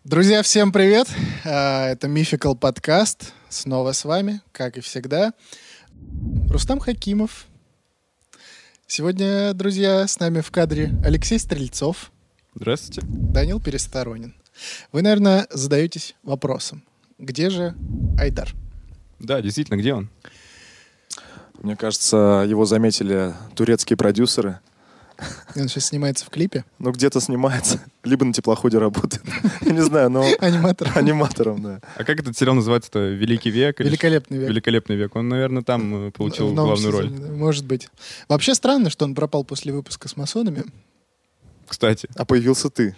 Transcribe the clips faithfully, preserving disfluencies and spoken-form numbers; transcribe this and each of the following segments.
Друзья, всем привет! А, Это Mythical подкаст. Снова с вами, как и всегда, Рустам Хакимов. Сегодня, друзья, с нами в кадре Алексей Стрельцов. Здравствуйте. Данил Пересторонин. Вы, наверное, задаетесь вопросом, где же Айдар? Да, действительно, где он? Мне кажется, его заметили турецкие продюсеры. Он сейчас снимается в клипе. Ну, где-то снимается. Либо на теплоходе работает. Я не знаю, но... Аниматором. Аниматором, да. А как этот сериал называется-то? «Великий век»? или Великолепный век. «Великолепный век». Он, наверное, там э, получил В новом главную роль. сезоне, да, может быть. Вообще странно, что он пропал после выпуска с масонами. Кстати, А появился ты.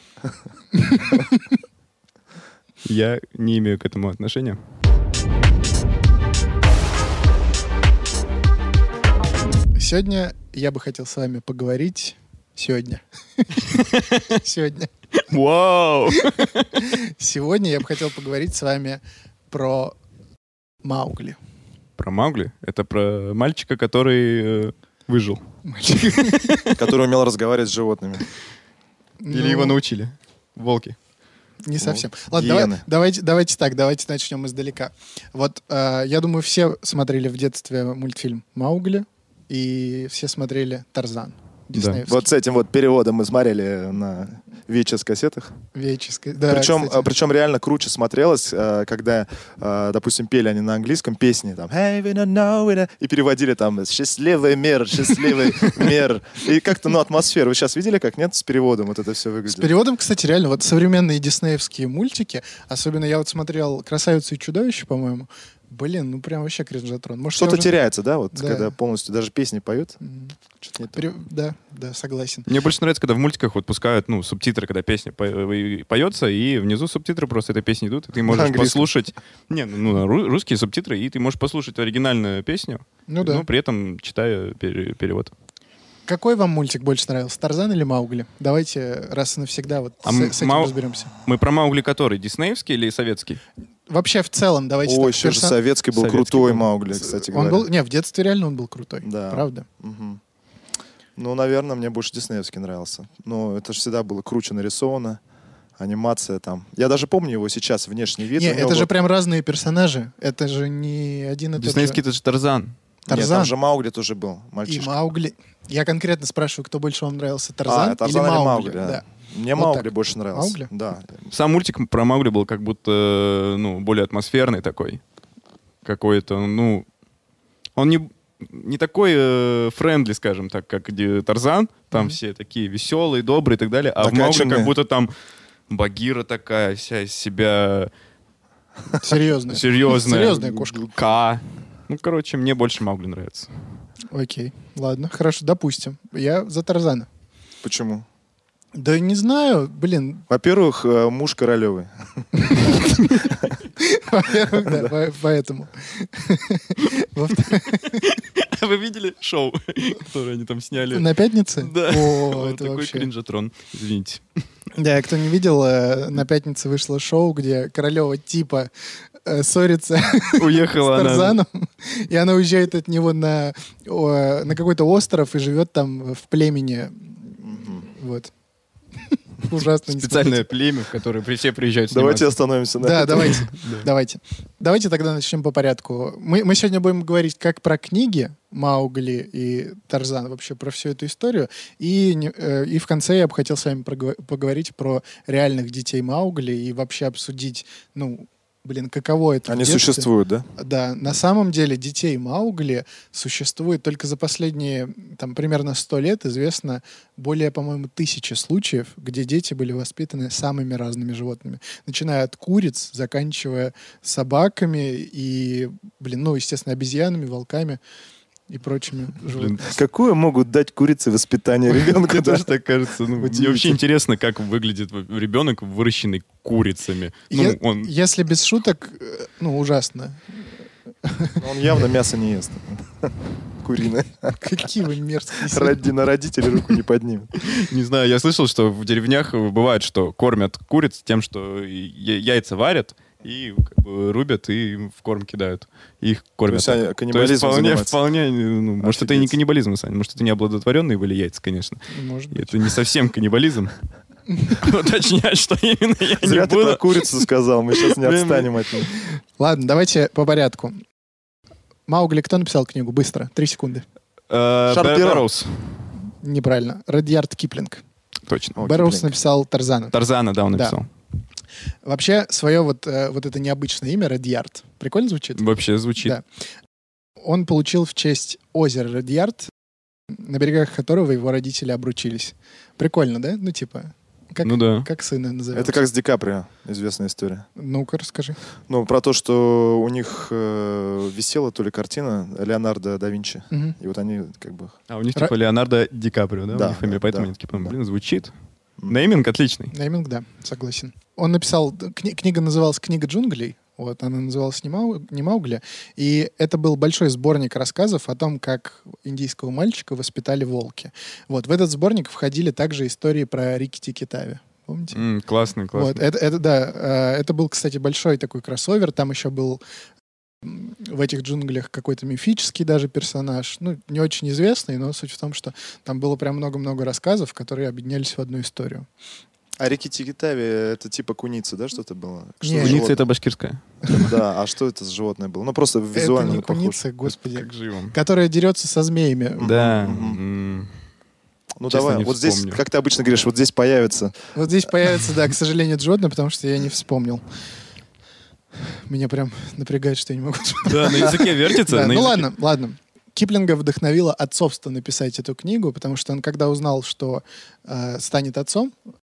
я не имею к этому отношения. Сегодня я бы хотел с вами поговорить... Сегодня. Сегодня. Вау! Сегодня я бы хотел поговорить с вами про Маугли. Про Маугли? Это про мальчика, который э, выжил. Который умел разговаривать с животными. Или Ну, его научили? Волки. Не совсем. Ну, Ладно, давай- гиены. давайте, давайте так, давайте начнем издалека. Вот э, я думаю, все смотрели в детстве мультфильм Маугли, и все смотрели Тарзан. Диснеевский. Вот с этим вот переводом мы смотрели на ви эйч эс-кассетах. Веческой. Да, Причем, кстати. причем реально круче смотрелось, э, когда, э, допустим, пели они на английском песни, там, «Hey, we don't know it», и переводили там «Счастливый мир, счастливый мир». И как-то, ну, атмосфера. Вы сейчас видели, как, нет, с переводом вот это все С выглядит? переводом, кстати, реально, вот современные диснеевские мультики, особенно я вот смотрел «Красавицу и чудовище», по-моему, блин, ну прям вообще кринжатрон. Может, я Что-то уже- теряется, да, вот, Да. когда полностью даже песни поют? Мгм. Что-то не то. Пере- Да, да, согласен. Мне больше нравится, когда в мультиках вот пускают, ну, субтитры, когда песня по- э, поется, и внизу субтитры просто этой песни идут, и ты можешь английском. послушать... Не, ну, ну, ру- русские субтитры, и ты можешь послушать оригинальную песню, Ну да. но при этом читая пере- перевод. Какой вам мультик больше нравился, Тарзан или Маугли? Давайте раз и навсегда вот А с, м- с этим Мау- разберемся. Мы про Маугли который? Диснеевский или советский? Вообще в целом, давайте Ой, так. еще же персон- советский был Советский крутой был. Маугли, кстати Он говоря. был, не, в детстве реально он был крутой, Да. правда. Мгм. Ну, наверное, мне больше диснеевский нравился. Ну, это же всегда было круче нарисовано. Анимация там. Я даже помню его сейчас, внешний вид. Не, У него это же был- прям разные персонажи, это же не один и тот же. Диснеевский это же Тарзан. Нет, Тарзан там же Маугли тоже был, и мальчишка. Маугли. Я конкретно спрашиваю, кто больше вам нравился, Тарзан, А, Тарзан или или Маугли? Маугли, да. Да. Мне Вот Маугли так. больше нравился. Маугли? Да. Сам мультик про Маугли был как будто, ну, более атмосферный такой. Какой-то, ну... Он не, не такой э, френдли, скажем так, как ди- Тарзан. Там Мгм. все такие веселые, добрые и так далее. А в Маугли Накачанные. как будто там Багира такая вся из себя Серьезно. серьезная. Серьезная кошка. К. Ну, короче, мне больше Маугли нравится. Окей, ладно, хорошо, допустим. Я за Тарзана. Почему? Да не знаю, блин, Во-первых, э, муж Королевой. во-первых, да, по- поэтому. Во-вторых, Вы видели шоу, которое они там сняли? на пятнице? Да. О, Вот это такой вообще... кринжатрон. Извините. Да, кто не видел, э, на пятнице вышло шоу, где Королева типа э, ссорится Уехала с она. Тарзаном, и она уезжает от него на, о, на какой-то остров и живет там в племени. Вот. Ужасно. не Специальное смотрите. племя, в которое при- все приезжают Давайте сниматься. остановимся на Да, этом. давайте. Давайте. Давайте тогда начнем по порядку. Мы, мы сегодня будем говорить как про книги Маугли и Тарзан, вообще про всю эту историю. И, не- э, и в конце я бы хотел с вами прого- поговорить про реальных детей Маугли и вообще обсудить, ну, блин, каково это в Они детстве. существуют, да? Да, на самом деле детей Маугли существует только за последние, там, примерно сто лет известно более, по-моему, тысячи случаев, где дети были воспитаны самыми разными животными. Начиная от куриц, заканчивая собаками и, блин, ну, естественно, обезьянами, волками и прочими животными. Блин, Какое могут дать курицы воспитание ребенку? мне да? тоже так кажется. Ну, мне Удивительно. вообще интересно, как выглядит в- ребенок, выращенный курицами. Ну, Е- он... Если без шуток, э, ну, ужасно. Он явно мясо не ест. Куриное. Какие вы мерзкие. Ради- На родителей руку не поднимет. Не знаю, я слышал, что в деревнях бывает, что кормят куриц тем, что я- яйца варят, и как бы рубят и им в корм кидают. И их То кормят. есть они То есть каннибализмом вполне, занимаются. вполне, ну, может, это и не Офигеть. каннибализм, Саня, может, это не оплодотворенные были яйца, конечно. Может И быть. это не совсем каннибализм. уточнять, что именно я Зря не ты про буду. курицу сказал, мы сейчас не Блин. отстанем от них. Ладно, давайте по порядку. Маугли кто написал книгу? Быстро, три секунды. Э, Шарль Бэр- Перро. Бэрроуз. Неправильно. Редьярд Киплинг. Точно. О, Бэрроуз Киплинг. написал Тарзана. Тарзана, да, он Да. написал. Вообще, свое вот, э, вот это необычное имя, Редьярд, прикольно звучит? Вообще звучит. Да. Он получил в честь озера Редьярд, на берегах которого его родители обручились. Прикольно, да? Ну, типа, как, Ну да. как сына назовем? Это как с Ди Каприо, известная история. Ну-ка, расскажи. Ну, про то, что у них э, висела то ли картина Леонардо да Винчи. Мгм. И вот они как бы... А у них Ра- типа Леонардо Ди Каприо, да? Да, у них фамилия, да, поэтому да, я такие подумал, да. блин, звучит. Нейминг отличный. Нейминг, да, согласен. Он написал... Кни- книга называлась «Книга джунглей». Вот, она называлась не, Мау, не Маугли. И это был большой сборник рассказов о том, как индийского мальчика воспитали волки. Вот, в этот сборник входили также истории про Рикки-Тикки-Тави. Помните? М, классный, классный. Вот, это, это, да, э, это был, кстати, большой такой кроссовер. Там еще был м, в этих джунглях какой-то мифический даже персонаж. Ну, не очень известный, но суть в том, что там было прям много-много рассказов, которые объединялись в одну историю. А Рикки-Тикки-Тави — это типа куница, да, что-то было? Что Не, за Куница животное? это башкирская. Да, а что это за животное было? Ну, просто визуально это не похоже. куница, господи, Как же его? которая дерется со змеями. Да. Мгм. м, Ну, Честно, давай, не вот здесь, вспомню. как ты обычно говоришь, вот здесь появится. Вот здесь появится, да, к сожалению, Джордан, потому что я не вспомнил. Меня прям напрягает, что я не могу вспомнить. Да, на языке вертится. Да, на ну языке- ладно, ладно. Киплинга вдохновило отцовство написать эту книгу, потому что он, когда узнал, что э, станет отцом,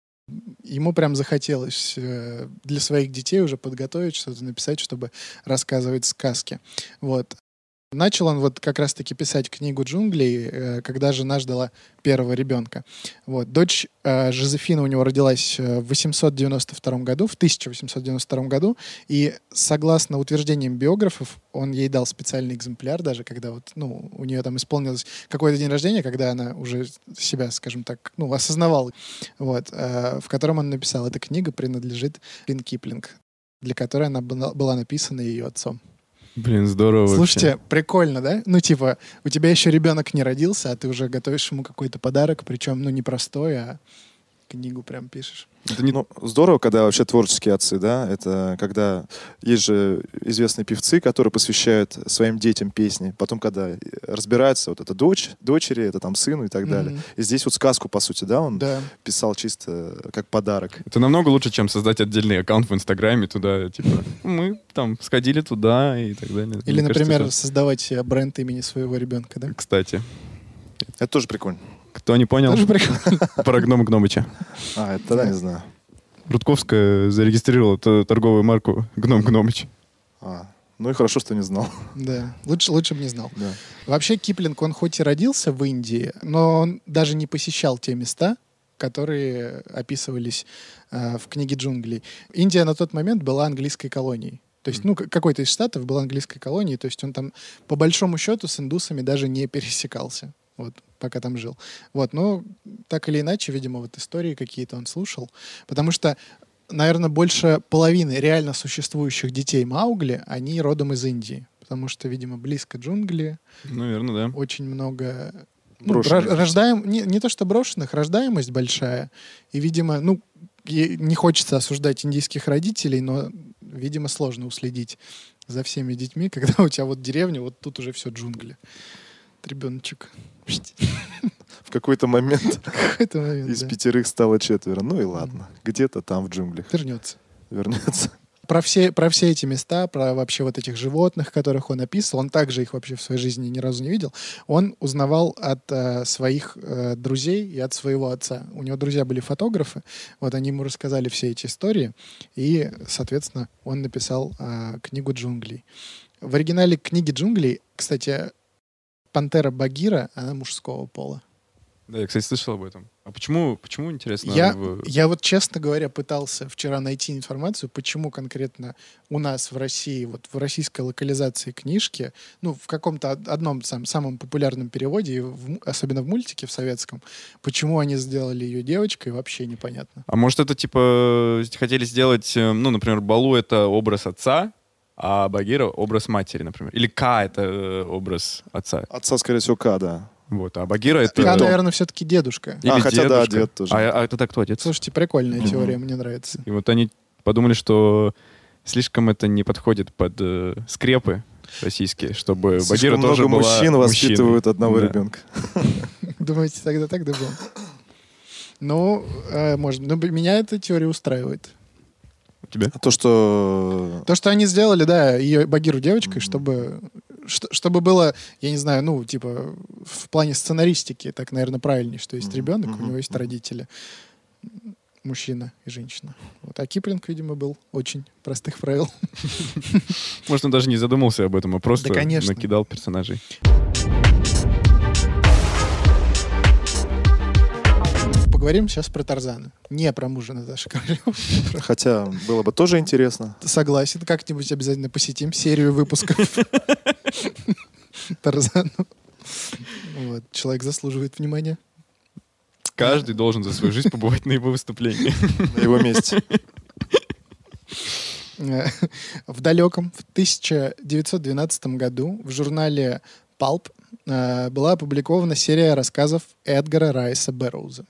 ему прям захотелось э, для своих детей уже подготовить что-то, написать, чтобы рассказывать сказки. Вот. Начал он вот как раз-таки писать книгу джунглей, э, когда жена ждала первого ребенка. Вот. Дочь э, Жозефина у него родилась э, в восемьсот девяносто втором году, в тысяча восемьсот девяносто втором году, и согласно утверждениям биографов, он ей дал специальный экземпляр даже, когда вот, ну, у нее там исполнилось какой-то день рождения, когда она уже себя, скажем так, ну, осознавала, вот, э, в котором он написал, эта книга принадлежит Лин Киплинг, для которой она была была написана ее отцом. Блин, здорово вообще. Слушайте, прикольно, да? Ну, типа, у тебя еще ребенок не родился, а ты уже готовишь ему какой-то подарок, причем, ну, не простой, а книгу прям пишешь. Это не- Ну, здорово, когда вообще творческие отцы, да, это когда есть же известные певцы, которые посвящают своим детям песни, потом, когда разбираются, вот это дочь, дочери, это там сыну и так далее. Мгм. И здесь вот сказку, по сути, да, он Да. писал чисто как подарок. Это намного лучше, чем создать отдельный аккаунт в Инстаграме, туда, типа, мы там сходили туда и так далее. Или, Мне кажется, например, это- создавать э, бренд имени своего ребенка, да? Кстати, Это тоже прикольно. кто не понял, Тоже прикольно. про гнома Гномыча. А, это тогда не знаю. Рудковская зарегистрировала т- торговую марку Гном Гномыч. А, ну и хорошо, что не знал. Да, лучше, лучше бы не знал. Да. Вообще Киплинг, он хоть и родился в Индии, но он даже не посещал те места, которые описывались э, в книге джунглей. Индия на тот момент была английской колонией. То есть, ну, к- какой-то из штатов был английской колонией, то есть он там, по большому счету, с индусами даже не пересекался, вот, пока там жил. Вот, но так или иначе, видимо, вот истории какие-то он слушал, потому что, наверное, больше половины реально существующих детей Маугли, они родом из Индии, потому что, видимо, близко джунгли, Наверное, да. очень много... Ну, Брошенных. ра- рождаем, не, не то что брошенных, рождаемость большая. И, видимо, ну, и не хочется осуждать индийских родителей, но, видимо, сложно уследить за всеми детьми, когда у тебя вот деревня, вот тут уже все джунгли. Ребеночек. В какой-то момент Какой-то момент, из да. пятерых стало четверо. Ну и ладно. Где-то там в джунглях Вернется. вернется. Про все, про все эти места, про вообще вот этих животных, которых он описывал, он также их вообще в своей жизни ни разу не видел, он узнавал от э, своих э, друзей и от своего отца. У него друзья были фотографы, вот они ему рассказали все эти истории, и, соответственно, он написал э, книгу джунглей. В оригинале книги джунглей, кстати, пантера Багира, она мужского пола. Да, я, кстати, слышал об этом. А почему, почему интересно? Я, в- я вот, честно говоря, пытался вчера найти информацию, почему конкретно у нас в России, вот в российской локализации книжки, ну, в каком-то од- одном сам, самом популярном переводе, и в м- особенно в мультике в советском, почему они сделали ее девочкой, вообще непонятно. А может, это, типа, хотели сделать, э, ну, например, Балу — это образ отца, а Багира — образ матери, например. Или Ка — это э, образ отца. Отца, скорее всего, К, да. Вот, а Багира это... Я, наверное, все-таки дедушка. Или А, хотя да, дедушка. дед тоже. А, а это кто отец? Слушайте, прикольная Мгм. теория, мне нравится. И вот они подумали, что слишком это не подходит под э, скрепы российские, чтобы Багира Слишком тоже много была мужчин воспитывают мужчиной. одного Да. ребенка. Думаете, тогда так да было? Ну, э, может, но меня эта теория устраивает. У тебя? А то, что... То, что они сделали, да, ее Багиру девочкой, чтобы, что- чтобы было, я не знаю, ну, типа, в плане сценаристики, так, наверное, правильнее, что есть Мгм, ребенок, у мгм, него есть мгм. родители, мужчина и женщина. Вот. А Киплинг, видимо, был очень простых правил. Может, он даже не задумался об этом, а просто Да, конечно. накидал персонажей. Поговорим сейчас про Тарзана. Не про мужа Наташи Королевой. Хотя было бы тоже интересно. Согласен, как-нибудь обязательно посетим серию выпусков Тарзану. Вот. Человек заслуживает внимания. Каждый должен за свою жизнь побывать на его выступлении. На его месте. Э, В далеком, в тысяча девятьсот двенадцатом году в журнале Pulp э, была опубликована серия рассказов Эдгара Райса Бэрроуза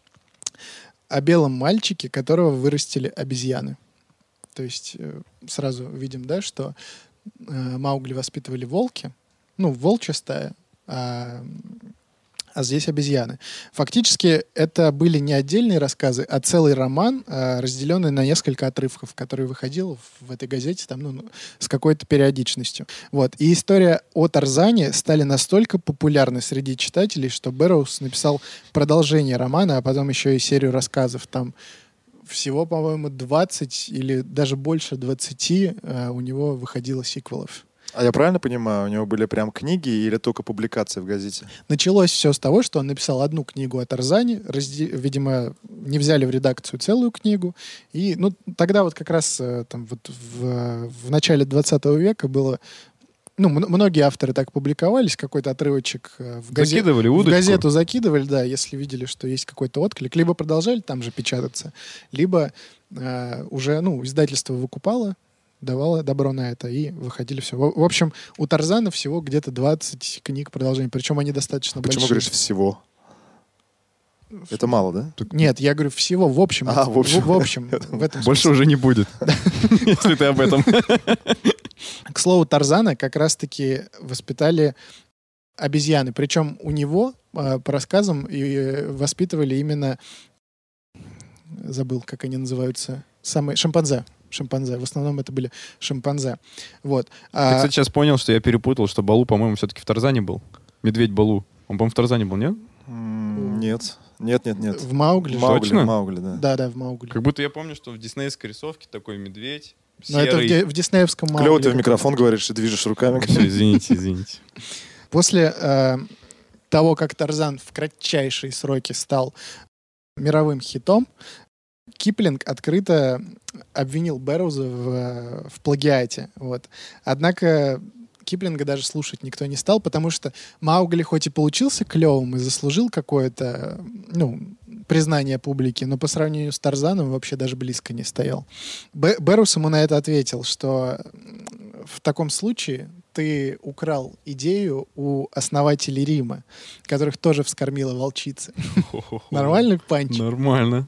о белом мальчике, которого вырастили обезьяны. То есть э, сразу видим, да, что э, Маугли воспитывали волки, ну, волчья стая, а, а здесь обезьяны. Фактически это были не отдельные рассказы, а целый роман, а, разделенный на несколько отрывков, который выходил в этой газете там, ну, ну, с какой-то периодичностью. Вот. И история о Тарзане стали настолько популярны среди читателей, что Бэрроуз написал продолжение романа, а потом еще и серию рассказов. Там всего, по-моему, двадцать или даже больше двадцати а, у него выходило сиквелов. А я правильно понимаю, у него были прям книги или только публикации в газете? Началось все с того, что он написал одну книгу о Тарзане, разде- видимо, не взяли в редакцию целую книгу, и, ну, тогда вот как раз э, там вот в, в начале двадцатого века было, ну, м- многие авторы так публиковались, какой-то отрывочек э, в, газе- Закидывали в удочку. газету закидывали, да, если видели, что есть какой-то отклик, либо продолжали там же печататься, либо э, уже, ну, издательство выкупало, давала добро на это, и выходили все. В, в общем, у Тарзана всего где-то двадцать книг продолжений, причем они достаточно Почему большие. говоришь всего? Это мало, да? Нет, я говорю всего, в общем. А, в общем. В, в общем, в этом Больше смысле. уже не будет, если ты об этом. К слову, Тарзана как раз-таки воспитали обезьяны. Причем у него, э, по рассказам, и, э, воспитывали именно, забыл, как они называются, самые шимпанзе. Шимпанзе. В основном это были шимпанзе. Вот. Я, А, кстати, сейчас понял, что я перепутал, что Балу, по-моему, все-таки в Тарзане был. Медведь Балу. Он, по-моему, в Тарзане был, нет? М, Нет. Нет, нет, нет. в Маугли. же. Мау- Маугли, Точно? Маугли, да. Да, да, в Маугли. Как будто я помню, что в диснеевской рисовке такой медведь, Но это в, серый. ди- в диснеевском Маугли. Клево ты в микрофон говоришь и движешь руками. Все, извините, извините. После э, того, как Тарзан в кратчайшие сроки стал мировым хитом, Киплинг открыто обвинил Бэрроуза в, в плагиате. Вот. Однако Киплинга даже слушать никто не стал, потому что Маугли хоть и получился клевым и заслужил какое-то, ну, признание публики, но по сравнению с Тарзаном вообще даже близко не стоял. Б- Бэрроуз ему на это ответил, что в таком случае ты украл идею у основателей Рима, которых тоже вскормила волчица. Нормальный панч? Нормально.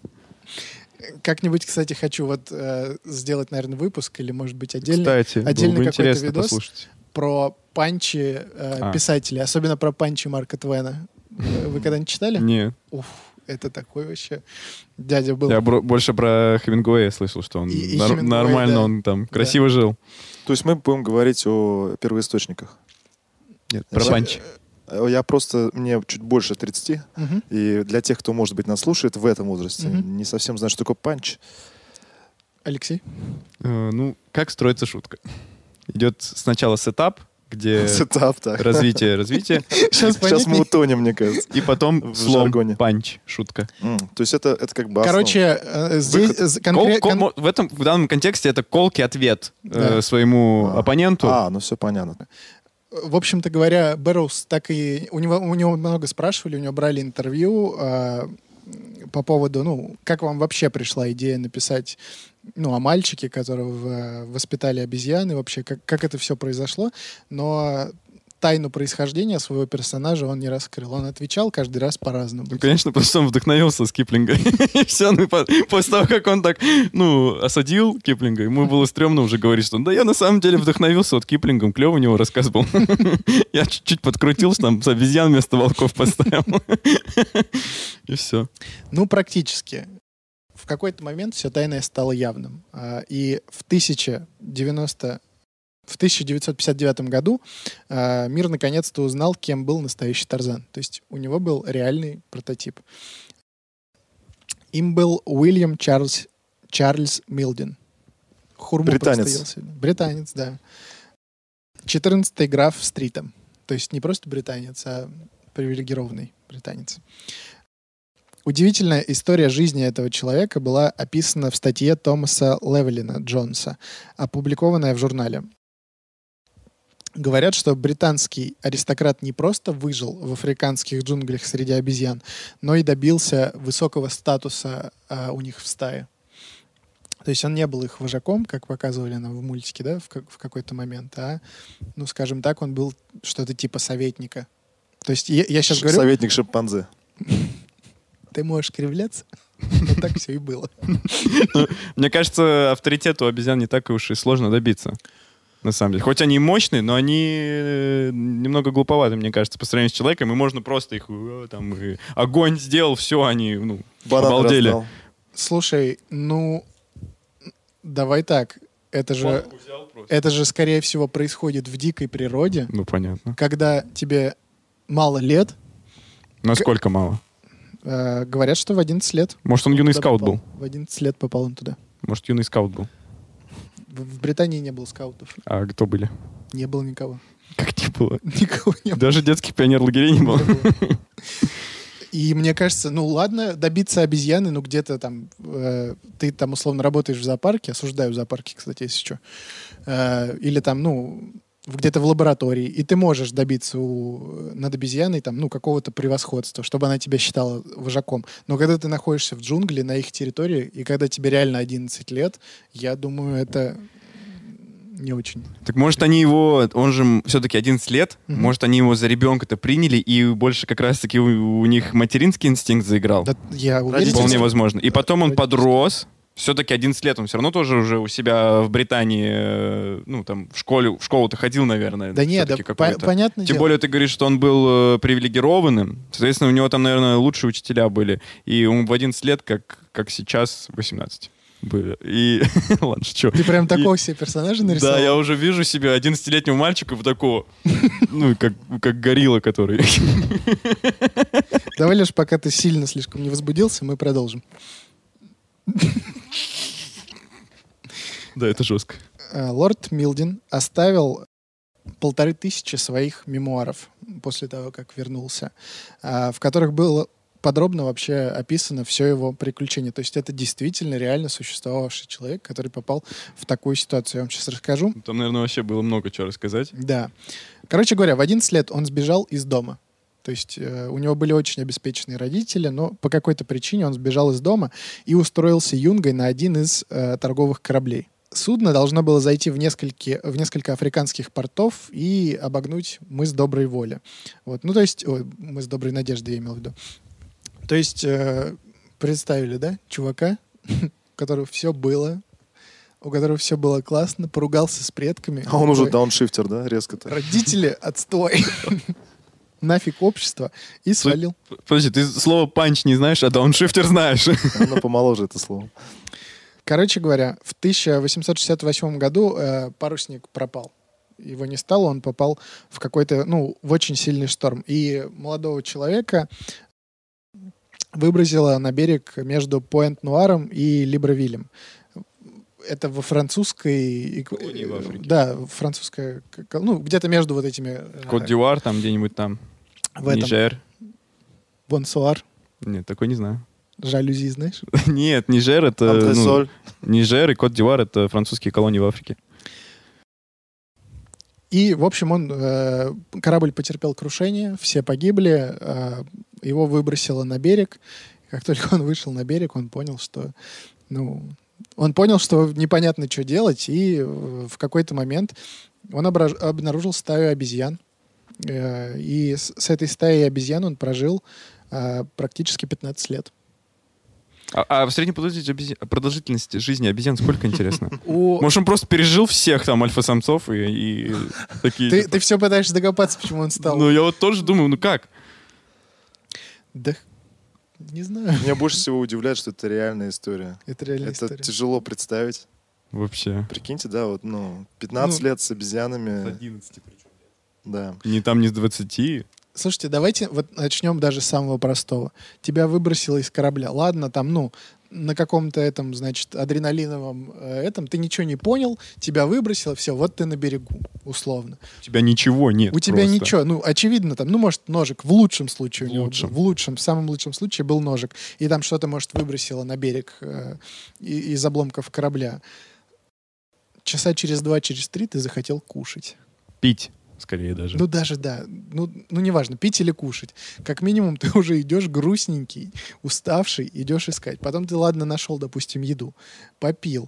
Как-нибудь, кстати, хочу вот э, сделать, наверное, выпуск или, может быть, отдельный, Кстати, отдельный было бы какой-то интересно видос послушать. про панчи э, А. писателей, особенно про панчи Марка Твена. Э, Вы когда-нибудь читали? Не, Уф, это такой вообще дядя был. я бро- больше про Хемингуэя слышал, что он И- и нар- Хемингуэй, нормально, да. он там красиво жил. То есть мы будем говорить о первоисточниках. Нет, про Ща- панч. Э, Я просто, мне чуть больше тридцати, Мгм. и для тех, кто, может быть, нас слушает в этом возрасте, Мгм. не совсем знает, что такое панч. Алексей? Э, Ну, как строится шутка? Идет сначала сетап, где Сетап, так. развитие, развитие, Сейчас Сейчас мы утонем, мне кажется. и потом В слом, жаргоне. панч, шутка. М, То есть это, это как бы основа. Короче, э, здесь Выход. з- Кол- конкре- кол- кон- мо- в, этом, в данном контексте это колкий ответ э, Да. своему А. оппоненту. А, ну все понятно. в общем-то говоря, Бэрроуз так и... У него, у него много спрашивали, у него брали интервью а, по поводу, ну, как вам вообще пришла идея написать, ну, о мальчике, которого э, воспитали обезьяны, вообще, как, как это все произошло. Но тайну происхождения своего персонажа он не раскрыл. Он отвечал каждый раз по-разному. Ну, конечно, просто он вдохновился с Киплинга. И все, ну, по- после того, как он так, ну, осадил Киплинга, ему было стрёмно уже говорить, что да я на самом деле вдохновился вот Киплингом, клёвый у него рассказ был. Я чуть-чуть подкрутил, что там обезьян вместо волков поставил. И все. Ну, практически. В какой-то момент все тайное стало явным. А, И в тысяча девяносто в тысяча девятьсот пятьдесят девятом году а, мир наконец-то узнал, кем был настоящий Тарзан. То есть у него был реальный прототип. Им был Уильям Чарльз, Чарльз Милден. Хурму Британец. просто ел сегодня. Британец, да. четырнадцатый граф Стритом. То есть не просто британец, а привилегированный британец. Удивительная история жизни этого человека была описана в статье Томаса Левелина Джонса, опубликованная в журнале. Говорят, что британский аристократ не просто выжил в африканских джунглях среди обезьян, но и добился высокого статуса а, у них в стае. То есть он не был их вожаком, как показывали нам в мультике, да, в, как- в какой-то момент, а, ну, скажем так, он был что-то типа советника. То есть я, я сейчас говорю, Советник шимпанзе. ты можешь кривляться, но так все и было. Мне кажется, авторитет у обезьян не так уж и сложно добиться. На самом деле. Хоть они и мощные, но они э, немного глуповаты, мне кажется, по сравнению с человеком. И можно просто их э, там и огонь сделал, все, они ну, Банан обалдели. раздал. Слушай, ну, давай так. Это же, это же, скорее всего, происходит в дикой природе, Ну, понятно. когда тебе мало лет. Насколько мало? Э, говорят, что в одиннадцать лет. Может, он юный туда скаут попал. был? В одиннадцать лет попал он туда. Может, юный скаут был? В, в Британии не было скаутов. А кто были? Не было никого. Как не было? Никого не было. Даже детских пионер-лагерей не было. И мне кажется, ну ладно, добиться обезьяны, ну где-то там, э, ты там условно работаешь в зоопарке, осуждаю зоопарки, кстати, если что, э, или там, ну, в- где-то в лаборатории, и ты можешь добиться у, над обезьяной там, ну, какого-то превосходства, чтобы она тебя считала вожаком. Но когда ты находишься в джунгле, на их территории, и когда тебе реально одиннадцать лет, я думаю, это не очень. Так может они его, он же все-таки одиннадцать лет, Мгм. может они его за ребенка-то приняли, и больше как раз-таки у, у них материнский инстинкт заиграл. Да, я уверен, Родители- Вполне что- возможно. И потом он Родительский. подрос, все-таки одиннадцать лет, он все равно тоже уже у себя в Британии, э, ну там в школе, в школу-то ходил, наверное. Да нет, да, всё-таки по- какой-то. понятно Тем дело. более ты говоришь, что он был э, привилегированным, соответственно, у него там, наверное, лучшие учителя были. И он в одиннадцать лет, как, как сейчас, восемнадцать были. И ладно, что? Ты прям такого себе персонажа нарисовал? Да, я уже вижу себе одиннадцатилетнего мальчика вот такого, ну, как, как горилла, который... Давай, Леш, пока ты сильно слишком не возбудился, мы продолжим. Да, это жестко. Э, Лорд Милден оставил полторы тысячи своих мемуаров после того, как вернулся, а, в которых было подробно вообще описано все его приключение. То есть это действительно реально существовавший человек, который попал в такую ситуацию. Я вам сейчас расскажу. Там, наверное, вообще было много чего рассказать. Да. Короче говоря, в одиннадцать лет он сбежал из дома. То есть э, у него были очень обеспеченные родители, но по какой-то причине он сбежал из дома и устроился юнгой на один из э, торговых кораблей. Судно должно было зайти в несколько, в несколько африканских портов и обогнуть мыс Доброй Воли. Вот. Ну, то есть... Ой, мыс Доброй Надежды, я имел в виду. То есть э, представили, да, чувака, у которого все было, у которого все было классно, поругался с предками. А он уже Такой, дауншифтер, да, резко-то? родители, отстой. Нафиг общество. И свалил. Подожди, ты слово панч не знаешь, а дауншифтер знаешь. Оно помоложе, это слово. Короче говоря, в тысяча восемьсот шестьдесят восьмом году э, парусник пропал. Его не стало, он попал в какой-то, ну, в очень сильный шторм. И молодого человека выбросило на берег между Пуэнт-Нуаром и Либревилем. Это во французской... Колонии в Африке. Да, французская... к- Ну, где-то между вот этими... э, Кот-Дивуар там где-нибудь там. в этом. Нижер. Бонсуар. Нет, такой не знаю. Жалюзи, знаешь? Нет, Нижер это... ну, Антресоль. Нижер и Кот-Дивуар это французские колонии в Африке. И, в общем, он, э, корабль потерпел крушение, все погибли, э, его выбросило на берег. Как только он вышел на берег, он понял, что, ну, он понял, что непонятно, что делать, и э, в какой-то момент он ображ- обнаружил стаю обезьян, Э, И с с этой стаей обезьян он прожил э, практически пятнадцать лет. А, а в средней продолжительности, обези- продолжительности жизни обезьян сколько, интересно? У- Может, он просто пережил всех там альфа-самцов и, и такие... Ты, типа, ты все пытаешься докопаться, почему он стал. Ну, я вот тоже думаю, ну как? Да, не знаю. Меня больше всего удивляет, что это реальная история. Это реальная Это история. тяжело представить. Вообще. Прикиньте, да, вот, ну, пятнадцать Ну, лет с обезьянами. одиннадцати причем. Да. Не там, не с двадцати. Слушайте, давайте вот начнем даже с самого простого. Тебя выбросило из корабля. Ладно, там, ну, на каком-то этом, значит, адреналиновом э, этом ты ничего не понял, тебя выбросило, все, вот ты на берегу, условно. У тебя ничего нет. У тебя просто. ничего, ну, очевидно, там, ну, может, ножик, в лучшем случае. В у него лучшем. был- в лучшем, в самом лучшем случае был ножик. И там что-то, может, выбросило на берег э, и- из обломков корабля. Часа через два, через три ты захотел кушать. Пить, скорее даже. Ну, даже, да. Ну, ну, неважно, пить или кушать. Как минимум, ты уже идешь грустненький, уставший, идешь искать. Потом ты, ладно, нашел, допустим, еду, попил,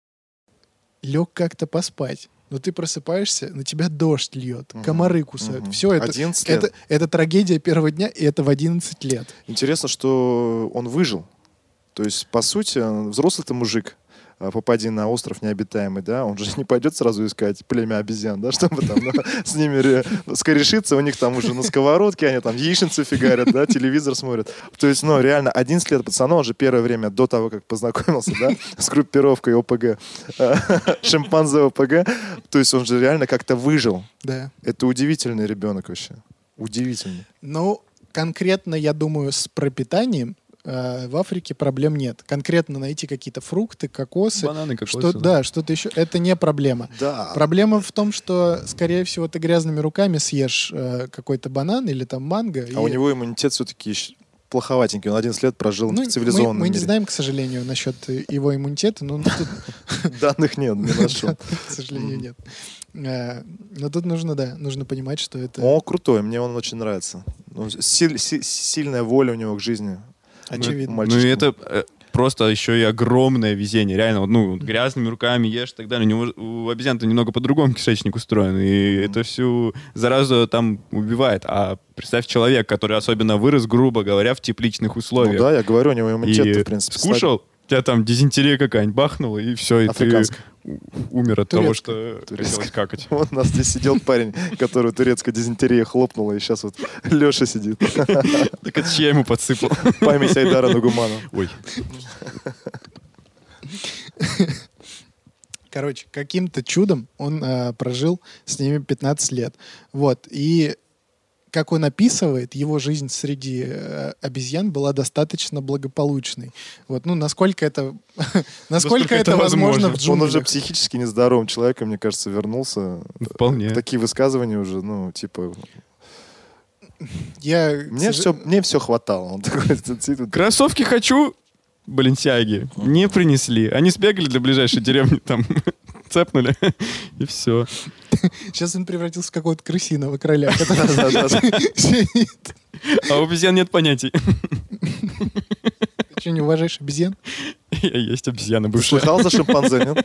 лег как-то поспать. Но ты просыпаешься, на тебя дождь льет, Мгм. комары кусают. Мгм. Все, это, одиннадцать лет. это, это трагедия первого дня, и это в одиннадцать лет. Интересно, что он выжил. То есть, по сути, он взрослый-то мужик, а, попади на остров необитаемый, да, он же не пойдет сразу искать племя обезьян, да, чтобы там ну, с ними ре- скорешиться, у них там уже на сковородке, они там яичницу фигарят, да, телевизор смотрят. То есть, ну, реально, одиннадцать лет пацану, он же первое время до того, как познакомился, да, с группировкой ОПГ, шимпанзе ОПГ, то есть он же реально как-то выжил. Да. Это удивительный ребенок вообще. Удивительный. Ну, конкретно, я думаю, с пропитанием э, в Африке проблем нет. Конкретно найти какие-то фрукты, кокосы, Бананы кокосы, что, да. да, что-то еще, это не проблема. Да. Проблема в том, что, скорее всего, ты грязными руками съешь э, какой-то банан или там манго. А и- у него иммунитет все-таки плоховатенький. Он одиннадцать лет прожил Ну, в мы, цивилизованном мы не мире. знаем, к сожалению, насчет э, его иммунитета, но тут, Данных нет, не нашел. к сожалению, нет. Э, Но тут нужно, да, нужно понимать, что это О, крутой, мне он очень нравится. Ну, силь- си- сильная воля у него к жизни. очевидно. Ну, Ну и мальчишка. это э, просто еще и огромное везение. Реально, вот, ну, грязными руками ешь и так далее. У, него, у обезьян-то немного по-другому кишечник устроен. И это всю заразу там убивает. А представь человек, который особенно вырос, грубо говоря, в тепличных Ну условиях. да, я говорю, у него иммунитет, и в принципе, скушал, тебя там дизентерия какая-нибудь бахнула, и все, и ты Африканская. у- умер от того, Турецкая. что Турецкая. хотелось какать. Вот у нас здесь сидел парень, которого турецкая дизентерия хлопнула, и сейчас вот Леша сидит. Так это чья ему подсыпал? Память Айдара Нугумана. Ой. Короче, каким-то чудом он э, прожил с ними пятнадцать лет. Вот. И как он описывает, его жизнь среди э, обезьян была достаточно благополучной. Вот, ну, насколько это, насколько это это возможно возможно. в Он уже джунглях. психически нездоровым человеком, мне кажется, вернулся. Вполне. Такие высказывания уже, ну, типа, Я, к мне сож- все, мне все хватало. Он такой сидит, вот, Кроссовки хочу, баленсиаги. Не принесли. Они сбегали до ближайшей деревни, там цепнули, и все. Сейчас он превратился в какого-то крысиного короля, который Да-да-да. сидит. А у обезьян нет понятий. Ты что, не уважаешь обезьян? Я есть обезьяна Ты бывшая. слыхал за шимпанзе, нет?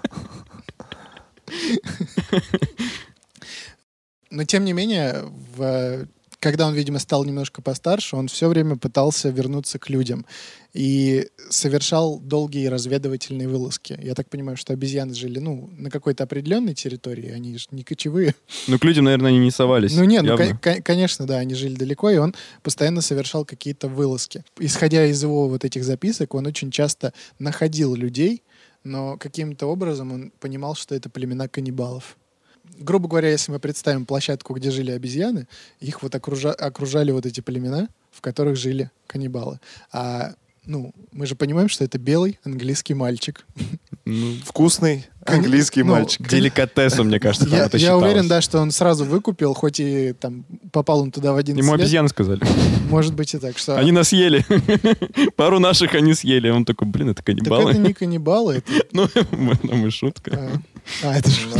Но тем не менее, в- когда он, видимо, стал немножко постарше, он все время пытался вернуться к людям и совершал долгие разведывательные вылазки. Я так понимаю, что обезьяны жили, ну, на какой-то определенной территории, они же не кочевые. Ну, к людям, наверное, они не совались. Ну нет, ну, явно. кон- кон- конечно, да, они жили далеко, и он постоянно совершал какие-то вылазки. Исходя из его вот этих записок, он очень часто находил людей, но каким-то образом он понимал, что это племена каннибалов. Грубо говоря, если мы представим площадку, где жили обезьяны, их вот окружа- окружали вот эти племена, в которых жили каннибалы. А, ну, мы же понимаем, что это белый английский мальчик. Ну, Вкусный английский Ну, мальчик. деликатесом, мне кажется, там Я, это я считалось. уверен, да, что он сразу выкупил, хоть и там попал он туда в одиннадцать Ему лет. обезьяны сказали. Может быть и так, что... Они нас съели. Пару наших они съели. Он такой, блин, это Так каннибалы. это не каннибалы, это... Ну, там и шутка. А, а, это же...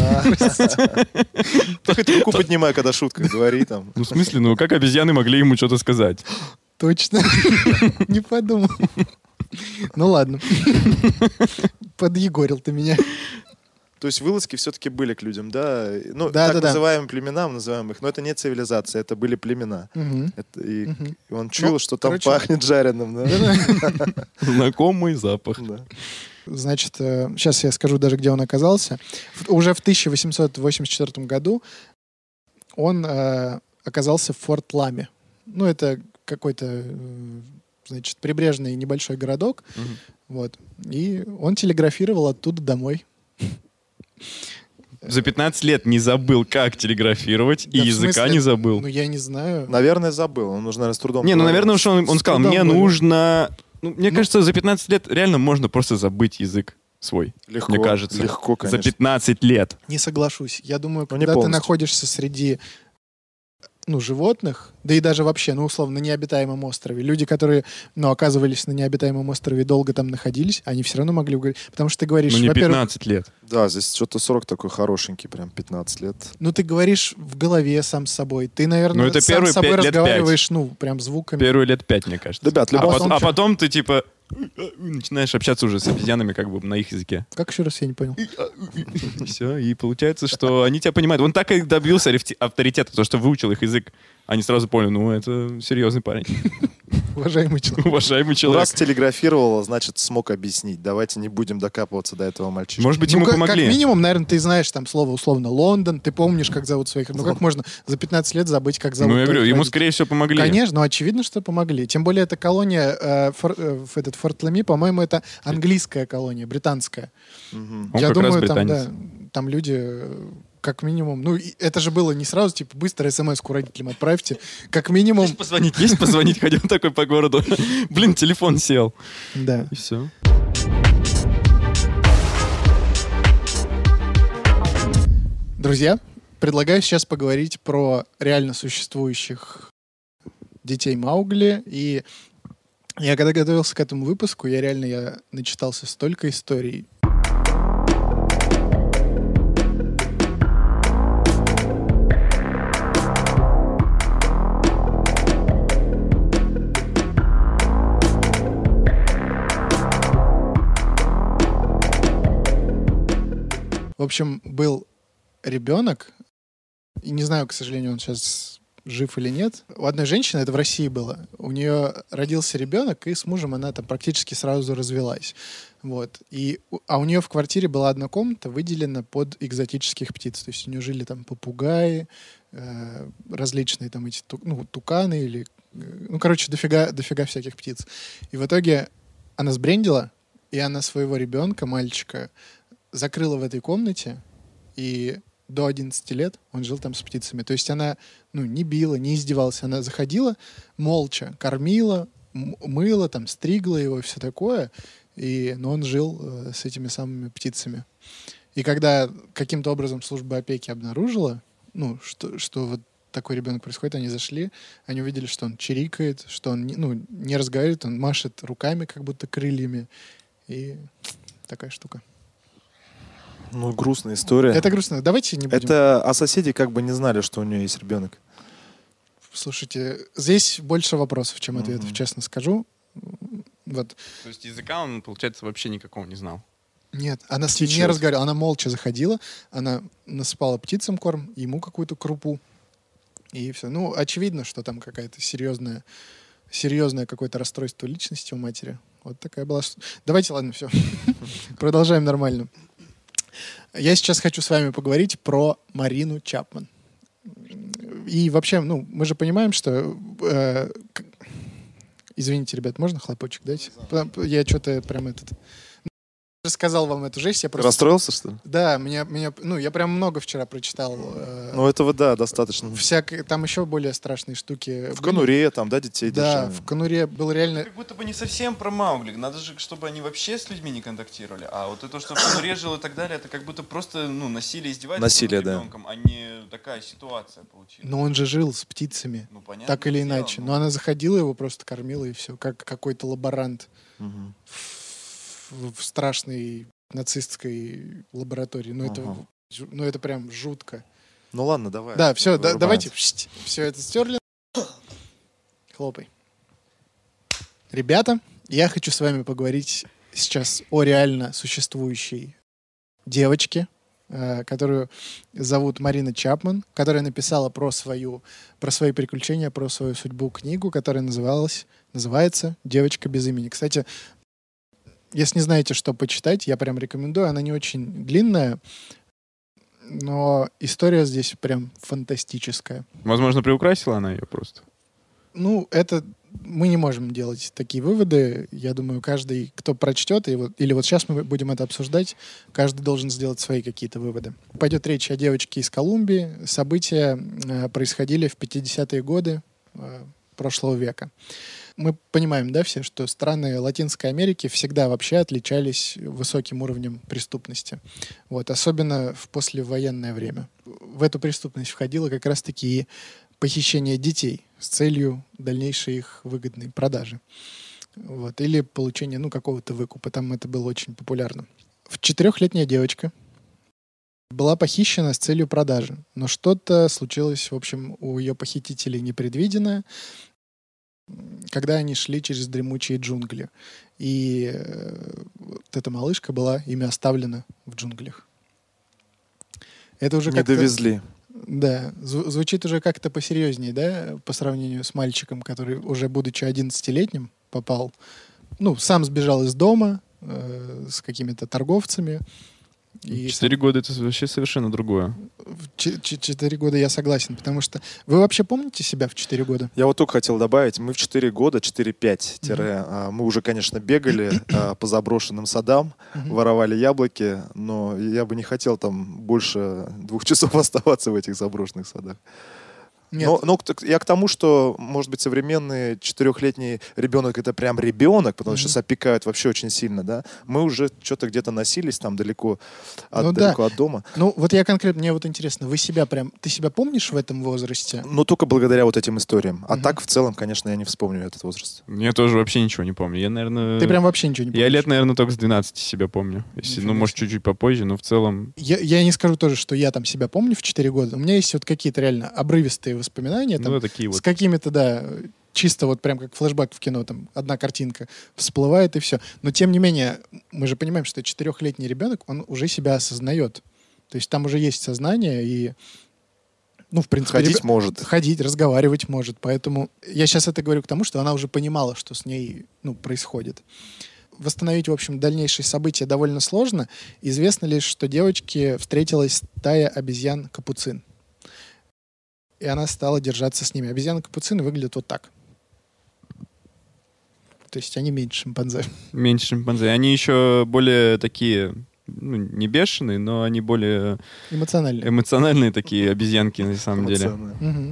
Ты хоть руку поднимай, когда шутка говори там. Ну, в смысле, ну как обезьяны могли ему что-то сказать? Точно. Не подумал. Ну ладно. Подъегорил ты меня. То есть вылазки все-таки были к людям, да? Ну, Да, так да, да. называемым племенам, называем их, но это не цивилизация, это были племена. Мгм. Это- и, Мгм. и он чуял, Ну, что там короче, пахнет жареным, да? Да-да. Знакомый запах. Да. Значит, сейчас я скажу даже, где он оказался. В- Уже в тысяча восемьсот восемьдесят четвёртом году он э, оказался в Форт Ламе. Ну, это какой-то, э, значит, прибрежный небольшой городок. Мгм. Вот. И он телеграфировал оттуда домой. За пятнадцать лет не забыл, как телеграфировать, Да, и в языка смысле? не забыл. Ну, я не знаю. Наверное, забыл. Он уже, наверное, с трудом Не, ну, говорил. наверное, уж он, он С сказал, трудом мне говорил. нужно... Ну, мне Ну- кажется, за пятнадцать лет реально можно просто забыть язык свой. Легко, Мне кажется. легко, За конечно. пятнадцать лет. Не соглашусь. Я думаю, Ну, не когда ты полностью. находишься среди ну, животных, да и даже вообще, ну, условно, на необитаемом острове, люди, которые, ну, оказывались на необитаемом острове и долго там находились, они все равно могли говорить. Потому что ты говоришь, Ну, не во-первых, пятнадцать лет. Да, здесь что-то срок такой хорошенький, прям пятнадцать лет. ну, ты говоришь в голове сам с собой. Ты, наверное, Ну, это сам первые с собой пять- лет разговариваешь, ну, прям звуками. Первые лет пять, мне кажется. Ребят, А, любом пот- а случае- потом ты, типа, начинаешь общаться уже с обезьянами как бы на их языке. Как еще раз, я не понял. И все, и получается, что они тебя понимают. Он так и добился рефти- авторитета, то, что выучил их язык. Они сразу поняли, ну, это серьезный парень. Уважаемый человек. Уважаемый человек. Раз телеграфировал, значит, смог объяснить. Давайте не будем докапываться до этого мальчишки. Может быть, Ну, ему как, как помогли. минимум, наверное, ты знаешь там слово условно Лондон, ты помнишь, как зовут своих... Ну, как можно за пятнадцать лет забыть, как зовут Ну, я говорю, твоих ему, родителей? скорее всего, помогли. Конечно, ну, очевидно, что помогли. Тем более, эта колония, э, фор- э, в этот Форт Лами, по-моему, это английская колония, британская. Мгм. Он Я как раз думаю, там, британец. да, там люди, э, как минимум... Ну, и это же было не сразу, типа, быстро смс-ку родителям отправьте. Как минимум... Есть позвонить, есть позвонить, ходил такой по городу. Блин, телефон сел. Да. И все. Друзья, предлагаю сейчас поговорить про реально существующих детей Маугли. И я когда готовился к этому выпуску, я реально я начитался столько историй. В общем, был ребенок, и не знаю, к сожалению, он сейчас жив или нет. У одной женщины, это в России было, у нее родился ребенок, и с мужем она там практически сразу развелась. Вот. И, у- а у нее в квартире была одна комната, выделена под экзотических птиц. То есть у нее жили там попугаи, э, различные там эти ту- ну, туканы или... э, ну, короче, дофига, дофига всяких птиц. И в итоге она сбрендила, и она своего ребенка, мальчика, закрыла в этой комнате, и до одиннадцати лет он жил там с птицами. То есть она ну, не била, не издевалась. Она заходила, молча кормила, м- мыла, там, стригла его, все такое. И, но он жил э, с этими самыми птицами. И когда каким-то образом служба опеки обнаружила, ну, что, что вот такой ребенок происходит, они зашли, они увидели, что он чирикает, что он не- ну, не разговаривает, он машет руками, как будто крыльями. И такая штука. Ну, грустная история. Это грустно. Давайте не будем. Это, а соседи как бы не знали, что у нее есть ребенок. Слушайте, здесь больше вопросов, чем ответов, Мгм. честно скажу. Вот. То есть языка он, получается, вообще никакого не знал. Нет, она с ним не Птичьего. разговаривала. Она молча заходила, она насыпала птицам корм, ему какую-то крупу. И все. Ну, очевидно, что там какая-то серьезная, серьезное какое-то расстройство личности у матери. Вот такая была. ш- Давайте, ладно, все. Продолжаем нормально. Я сейчас хочу с вами поговорить про Марину Чапман. И вообще, ну, мы же понимаем, что... э, к- Извините, ребят, можно хлопочек дать? Потому- Я что-то прям этот... Рассказал вам эту жесть, я Ты просто... расстроился, что ли? Да, меня, меня, ну, я прям много вчера прочитал. э, Ну, этого, да, достаточно. всякой- там еще более страшные штуки. В были. конуре там, да, детей Да, держали. в конуре был реально... Как будто бы не совсем про Маугли. Надо же, чтобы они вообще с людьми не контактировали. А вот это, что в конуре жил и так далее, это как будто просто ну, насилие, издевательство Насилие, над да. ребенком, а не такая ситуация получилась. Но он же жил с птицами, Ну, понятно. так или дело, иначе. но- Но она заходила, его просто кормила, и все. Как какой-то лаборант Мгм. в, в страшной нацистской лаборатории. Ну, это, Ага. жу- ну, это прям жутко. Ну, ладно, давай. Да, все, Вырубаемся. давайте все это стерли. Хлопай. Ребята, я хочу с вами поговорить сейчас о реально существующей девочке, э, которую зовут Марина Чапман, которая написала про, свою, про свои приключения, про свою судьбу книгу, которая называлась, называется «Девочка без имени». Кстати, если не знаете, что почитать, я прям рекомендую. Она не очень длинная, но история здесь прям фантастическая. Возможно, приукрасила она ее просто. Ну, это мы не можем делать такие выводы. Я думаю, каждый, кто прочтет, и вот, или вот сейчас мы будем это обсуждать, каждый должен сделать свои какие-то выводы. Пойдет речь о девочке из Колумбии. События э, происходили в пятидесятые годы э, прошлого века. Мы понимаем, да, все, что страны Латинской Америки всегда вообще отличались высоким уровнем преступности. Вот, особенно в послевоенное время. В эту преступность входило как раз-таки и похищение детей с целью дальнейшей их выгодной продажи. Вот, или получение, ну, какого-то выкупа. Там это было очень популярно. Четырехлетняя девочка была похищена с целью продажи. Но что-то случилось, в общем, у ее похитителей непредвиденное, когда они шли через дремучие джунгли. И э, вот эта малышка была ими оставлена в джунглях. Это уже Не как-то... довезли. Да, зв- звучит уже как-то посерьезнее, да, по сравнению с мальчиком, который уже, будучи одиннадцатилетним, попал, ну, сам сбежал из дома э, с какими-то торговцами. И Четыре года — это вообще совершенно другое. в ч- ч- четыре года я согласен, потому что... Вы вообще помните себя в четыре года? Я вот только хотел добавить, мы в четыре года, четыре-пять, mm-hmm. мы уже, конечно, бегали а, по заброшенным садам, mm-hmm. воровали яблоки, но я бы не хотел там больше двух часов оставаться в этих заброшенных садах. Нет. Но, но к- я к тому, что, может быть, современный четырехлетний ребенок — это прям ребенок, потому что Мгм. сейчас опекают вообще очень сильно, да. Мы уже что-то где-то носились там далеко от, Ну да. далеко от дома. Ну, вот я конкретно, мне вот интересно, вы себя прям... Ты себя помнишь в этом возрасте? Но только благодаря вот этим историям. А Мгм. так, в целом, конечно, я не вспомню этот возраст. Я тоже вообще ничего не помню. Я, наверное... Ты прям вообще ничего не помнишь? Я лет, наверное, только с двенадцати себя помню. Если, Нифига ну, может, себе. чуть-чуть попозже, но в целом... Я, я не скажу тоже, что я там себя помню в четыре года. У меня есть вот какие-то реально обрывистые воспоминания, там, Ну, такие с вот. какими-то, да, чисто вот прям как флешбэк в кино, там одна картинка всплывает и все. Но тем не менее, мы же понимаем, что четырехлетний ребенок, он уже себя осознает. То есть там уже есть сознание и, ну, в принципе... Ходить ребя- может. Ходить, разговаривать может. Поэтому я сейчас это говорю к тому, что она уже понимала, что с ней, ну, происходит. Восстановить, в общем, дальнейшие события довольно сложно. Известно лишь, что девочке встретилась стая обезьян-капуцин. И она стала держаться с ними. Обезьяны-капуцины выглядят вот так. То есть они меньше шимпанзе. Меньше шимпанзе. Они еще более такие, ну, не бешеные, но они более Эмоциональные. эмоциональные такие обезьянки, на самом деле. Эмоционально. Мгм.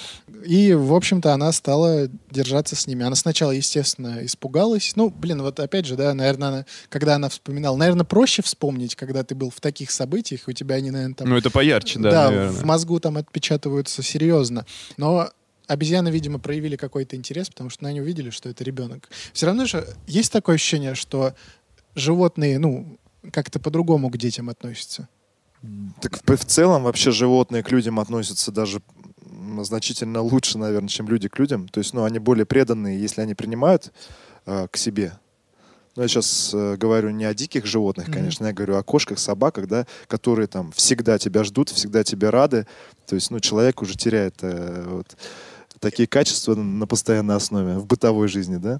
И, в общем-то, она стала держаться с ними. Она сначала, естественно, испугалась. Ну, блин, вот опять же, да, наверное, она, когда она вспоминала, наверное, проще вспомнить, когда ты был в таких событиях, у тебя они, наверное, там... Ну, это поярче, да, да, наверное. в мозгу там отпечатываются серьезно. Но обезьяны, видимо, проявили какой-то интерес, потому что они увидели, что это ребенок. Все равно же есть такое ощущение, что животные, ну, как-то по-другому к детям относятся. Так в, в целом вообще животные к людям относятся даже м, значительно лучше, наверное, чем люди к людям. То есть, ну, они более преданные, если они принимают э, к себе. Ну, я сейчас э, говорю не о диких животных, Мгм. конечно, я говорю о кошках, собаках, да, которые там всегда тебя ждут, всегда тебе рады. То есть, ну, человек уже теряет э, вот, такие качества на постоянной основе в бытовой жизни, да.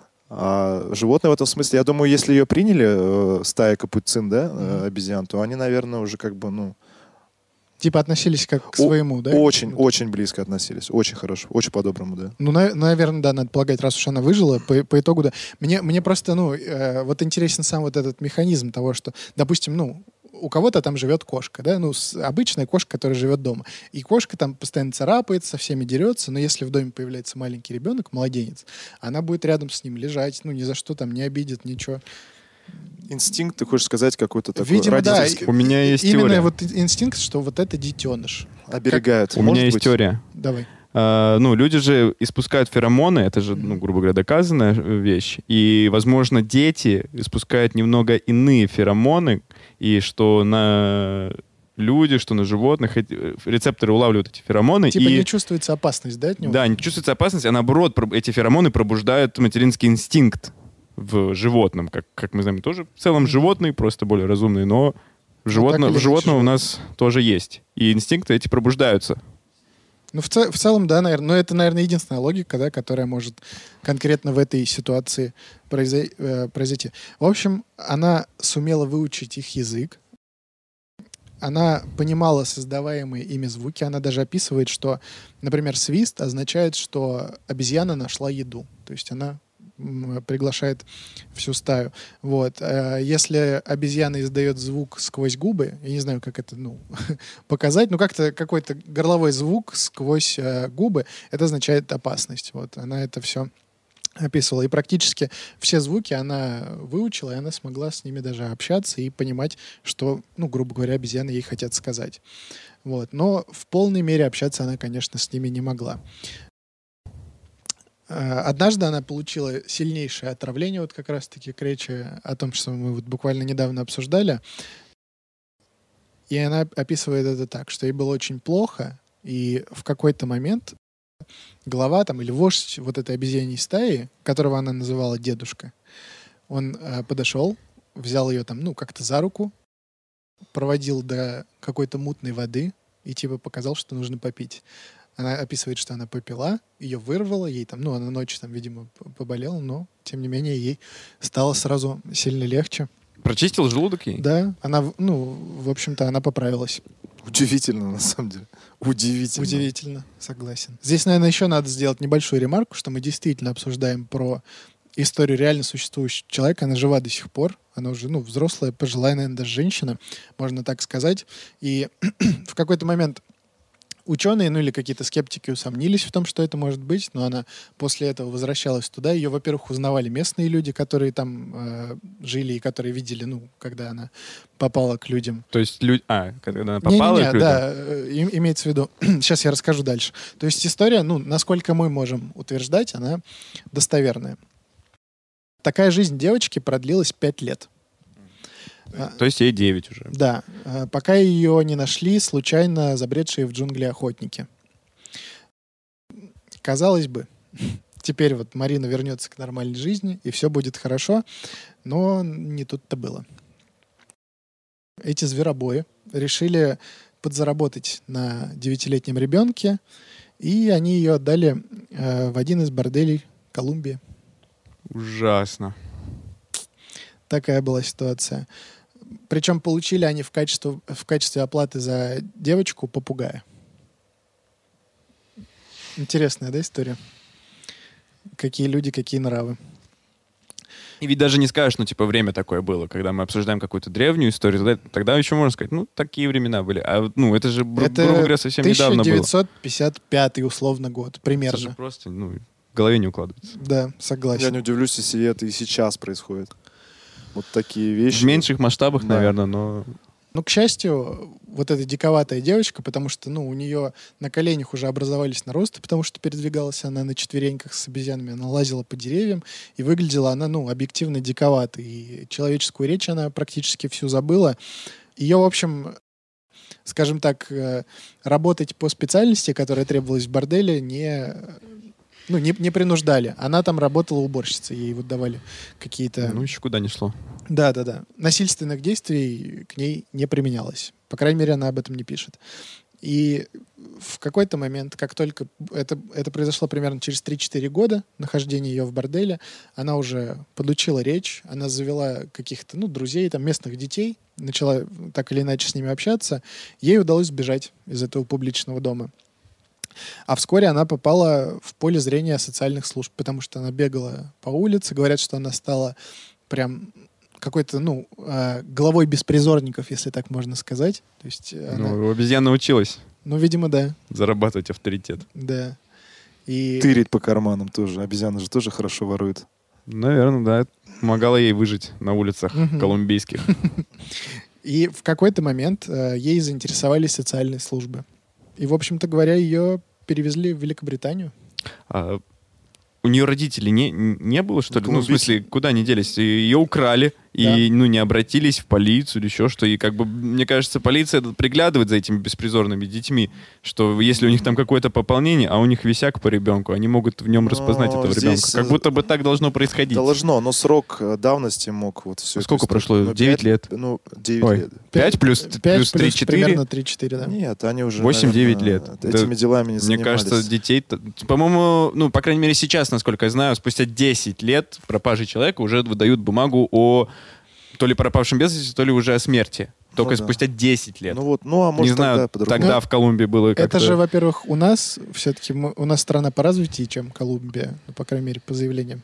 А животные в этом смысле, я думаю, если ее приняли, э, стая капуцин, да, э, Мгм. обезьян, то они, наверное, уже как бы, ну, Типа относились как к О- своему, да? очень, Вот. очень близко относились. Очень хорошо, очень по-доброму, да. Ну, на- наверное, да, надо полагать, раз уж она выжила, по, по итогу, да. Мне, мне просто, ну, э, вот интересен сам вот этот механизм того, что, допустим, ну, у кого-то там живет кошка, да, ну, с- обычная кошка, которая живет дома. И кошка там постоянно царапается, со всеми дерется, но если в доме появляется маленький ребенок, младенец, она будет рядом с ним лежать, ну, ни за что там не обидит, ничего. Инстинкт, ты хочешь сказать, какой-то такой Видимо, да. родительский. У меня есть Именно теория. вот инстинкт, что вот это детеныш. Оберегают. У Может меня есть быть? теория. Давай. А, ну, люди же испускают феромоны, это же, ну, грубо говоря, доказанная вещь. И, возможно, дети испускают немного иные феромоны, и что на люди, что на животных эти рецепторы улавливают эти феромоны. Типа и... не чувствуется опасность, да, от него? Да, не чувствуется опасность, а наоборот, про- эти феромоны пробуждают материнский инстинкт в животном. Как, как мы знаем, тоже в целом животные, просто более разумные, но Животно, или в животном у иначе нас тоже есть. И инстинкты эти пробуждаются. Ну, в, ц- в целом, да, наверное. Но это, наверное, единственная логика, да, которая может конкретно в этой ситуации произой- э, произойти. В общем, она сумела выучить их язык. Она понимала создаваемые ими звуки. Она даже описывает, что, например, свист означает, что обезьяна нашла еду. То есть она м, приглашает всю стаю. Вот. Э, Если обезьяна издает звук сквозь губы, я не знаю, как это ну, показать, но как-то какой-то горловой звук сквозь э, губы, это означает опасность. Вот. Она это все описывала. И практически все звуки она выучила, и она смогла с ними даже общаться и понимать, что, ну, грубо говоря, обезьяны ей хотят сказать. Вот. Но в полной мере общаться она, конечно, с ними не могла. Э, Однажды она получила сильнейшее отравление, вот как раз-таки к речи о том, что мы вот буквально недавно обсуждали. И она описывает это так, что ей было очень плохо, и в какой-то момент глава там или вождь вот этой обезьяньей стаи, которого она называла дедушка, он э, подошел, взял ее там, ну, как-то за руку, проводил до какой-то мутной воды и типа показал, что нужно попить. Она описывает, что она попила, ее вырвало, ей там, ну, она ночью там, видимо, п- поболела, но, тем не менее, ей стало сразу сильно легче. Прочистил желудок ей? Да, она, в- ну, в общем-то, она поправилась. Удивительно, на самом деле. Удивительно. Удивительно, согласен. Здесь, наверное, еще надо сделать небольшую ремарку, что мы действительно обсуждаем про историю реально существующего человека. Она жива до сих пор. Она уже, ну, взрослая, пожилая, наверное, даже женщина, можно так сказать. И в какой-то момент ученые, ну или какие-то скептики усомнились в том, что это может быть, но она после этого возвращалась туда. Ее, во-первых, узнавали местные люди, которые там э, жили и которые видели, ну, когда она попала к людям. То есть люди... А, когда она попала Не-не-не, к людям? да, э, им- имеется в виду. Сейчас я расскажу дальше. То есть история, ну, насколько мы можем утверждать, она достоверная. Такая жизнь девочки продлилась пять лет. А, То есть ей девять уже. Да, э, пока ее не нашли случайно забредшие в джунгли охотники. Казалось бы, теперь вот Марина вернется к нормальной жизни, и все будет хорошо, но не тут-то было. Эти зверобои решили подзаработать на девятилетнем ребенке, и они ее отдали э, в один из борделей Колумбии. Ужасно. Такая была ситуация. Причем получили они в качестве, в качестве оплаты за девочку попугая. Интересная, да, история? Какие люди, какие нравы. И ведь даже не скажешь, ну, типа, время такое было, когда мы обсуждаем какую-то древнюю историю, тогда, тогда еще можно сказать, ну, такие времена были. А, вот, ну, это же, гру- Это грубо говоря, совсем недавно тысяча было. девятьсот пятьдесят пятый условно год, Это же примерно. просто, ну, в голове не укладывается. Да, Я согласен. не удивлюсь, если это и сейчас происходит. Вот такие вещи. В меньших масштабах, Да. наверное, но... Ну, к счастью, вот эта диковатая девочка, потому что, ну, у нее на коленях уже образовались наросты, потому что передвигалась она на четвереньках с обезьянами, она лазила по деревьям, и выглядела она, ну, объективно диковатой. И человеческую речь она практически всю забыла. Ее, в общем, скажем так, э, работать по специальности, которая требовалась в борделе, не, ну, не, не принуждали. Она там работала уборщицей, ей вот давали какие-то... Ну, еще куда ни шло. Да, да, да. Насильственных действий к ней не применялось. По крайней мере, она об этом не пишет. И в какой-то момент, как только это, это произошло примерно через три-четыре года нахождения ее в борделе, она уже подучила речь, она завела каких-то, ну, друзей, там, местных детей, начала так или иначе с ними общаться. Ей удалось сбежать из этого публичного дома. А вскоре она попала в поле зрения социальных служб, потому что она бегала по улице. Говорят, что она стала прям какой-то, ну, э, главой беспризорников, если так можно сказать. То есть она... Ну, обезьяна научилась Ну, видимо, да. зарабатывать авторитет. Да. И... Тырить по карманам тоже. Обезьяны же тоже хорошо воруют. Наверное, да. Это помогало ей выжить на улицах Мгм. колумбийских. И в какой-то момент э, ей заинтересовались социальные службы. И, в общем-то говоря, ее перевезли в Великобританию. А у нее родителей не, не было, что ли? Ну, в Колумбийцы. смысле, куда они делись? Ее украли, и, ну, не обратились в полицию или еще что. И, как бы, мне кажется, полиция приглядывает за этими беспризорными детьми, что если у них там какое-то пополнение, а у них висяк по ребенку, они могут в нем распознать Но этого здесь, ребенка. Как э, будто бы так должно происходить. Должно, но срок э, давности мог вот все. Сколько прошло? Ну, девять пять- лет? Ну, девять Ой. лет. пять плюс, пять плюс три, четыре? примерно три-четыре, да. Нет, они уже, восемь-девять наверное, лет. этими Да, делами не Мне занимались. кажется, детей... По-моему, ну, по крайней мере, сейчас, насколько я знаю, спустя десять лет пропажи человека уже выдают бумагу о то ли пропавшем без вести, то ли уже о смерти. Только Ну да. спустя десять лет. Ну вот, ну а может Не знаю, тогда по-другому. тогда в Колумбии было как-то... Это же, во-первых, у нас все-таки мы- у нас страна по развитию, чем Колумбия, ну, по крайней мере, по заявлениям.